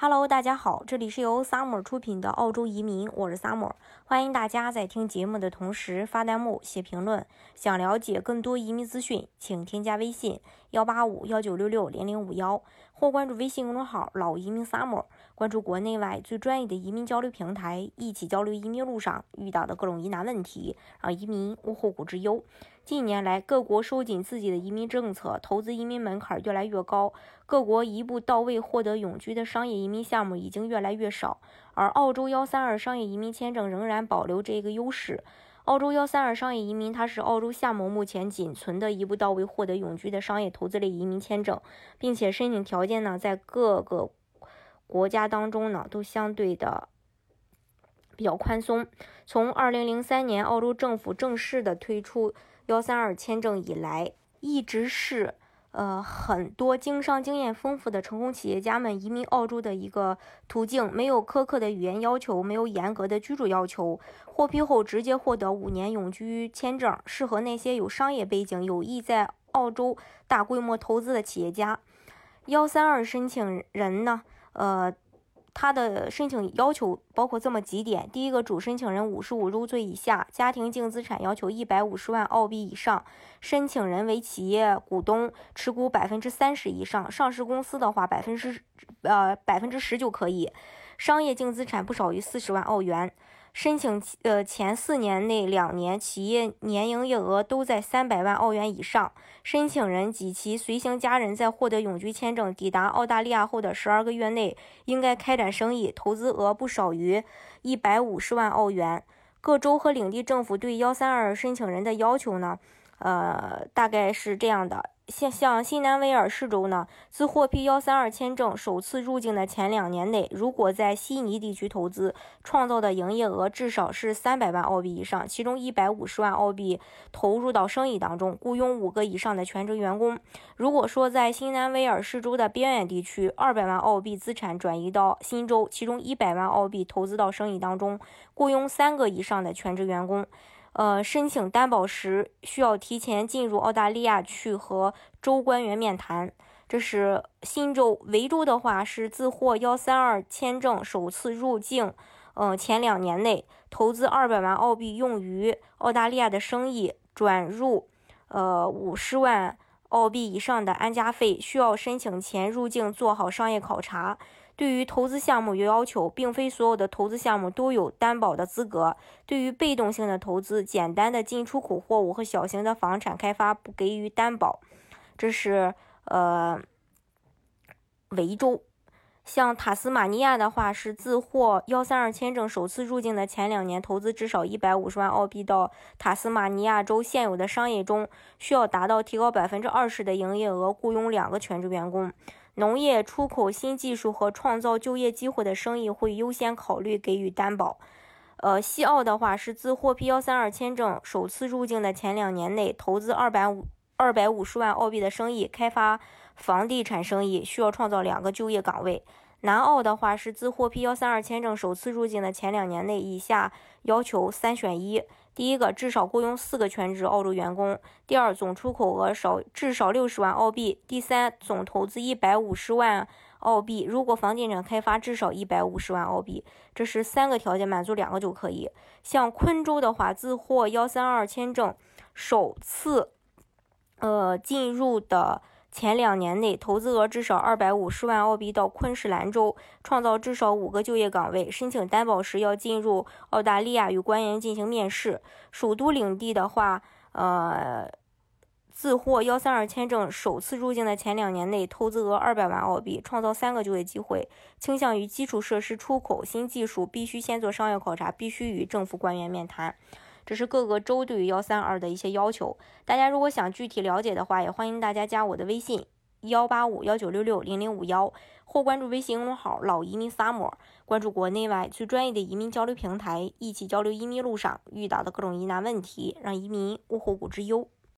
Hello，大家好，这里是由 Summer 出品的澳洲移民，我是 Summer，欢迎大家在听节目的同时发弹幕、写评论。想了解更多移民资讯，请添加微信18519660051，或关注微信公众号老移民 Summer， 关注国内外最专业的移民交流平台，一起交流移民路上遇到的各种疑难问题，让移民无后顾之忧。近年来，各国收紧自己的移民政策，投资移民门槛越来越高，各国一步到位获得永居的商业移民项目已经越来越少，而澳洲132商业移民签证仍然保留这个优势。澳洲132商业移民，它是澳洲项目目前仅存的一步到位获得永居的商业投资类移民签证，并且申请条件呢，在各个国家当中呢，都相对的比较宽松。从2003年澳洲政府正式的推出132签证以来，一直是很多经商经验丰富的成功企业家们移民澳洲的一个途径，没有苛刻的语言要求，没有严格的居住要求，获批后直接获得5年永居签证，适合那些有商业背景、有意在澳洲大规模投资的企业家。132申请人呢，他的申请要求包括这么几点：第一个，主申请人55周岁以下，家庭净资产要求150万澳币以上，申请人为企业股东，持股30%以上，上市公司的话10%就可以，商业净资产不少于40万澳元。申请前4年内2年企业年营业额都在300万澳元以上。申请人及其随行家人在获得永居签证抵达澳大利亚后的12个月内应该开展生意，投资额不少于150万澳元。各州和领地政府对132申请人的要求呢，大概是这样的。像新南威尔士州呢，自获批132签证首次入境的前2年内，如果在悉尼地区投资，创造的营业额至少是300万澳币以上，其中150万澳币投入到生意当中，雇佣5个以上的全职员工。如果说在新南威尔士州的边远地区，200万澳币资产转移到新州，其中100万澳币投资到生意当中，雇佣3个以上的全职员工。申请担保时需要提前进入澳大利亚去和州官员面谈。这是新州。维州的话是自获132签证首次入境前2年内投资200万澳币用于澳大利亚的生意，转入50万澳币以上的安家费，需要申请前入境做好商业考察。对于投资项目有要求，并非所有的投资项目都有担保的资格。对于被动性的投资，简单的进出口货物和小型的房产开发不给予担保。这是维州。像塔斯马尼亚的话，是自获132签证首次入境的前2年投资至少150万澳币到塔斯马尼亚州现有的商业中，需要达到提高20%的营业额，雇佣2个全职员工。农业、出口新技术和创造就业机会的生意会优先考虑给予担保。西澳的话是自获批132签证首次入境的前2年内投资250万澳币的生意，开发房地产生意，需要创造2个就业岗位。南澳的话是自获批132签证首次入境的前2年内，以下要求3选1：第一个，至少雇佣4个全职澳洲员工；第二，总出口额至少60万澳币；第三，总投资150万澳币，如果房地产开发至少150万澳币。这是3个条件，满足2个就可以。像昆州的话，自获132签证首次进入的前2年内投资额至少250万澳币到昆士兰州，创造至少5个就业岗位。申请担保时要进入澳大利亚与官员进行面试。首都领地的话，自获132签证首次入境的前2年内投资额200万澳币，创造3个就业机会。倾向于基础设施、出口新技术，必须先做商业考察，必须与政府官员面谈。这是各个州对于132的一些要求。大家如果想具体了解的话，也欢迎大家加我的微信18519660051，或关注微信公众号老移民 Summer， 关注国内外最专业的移民交流平台，一起交流移民路上遇到的各种疑难问题，让移民无后顾之忧。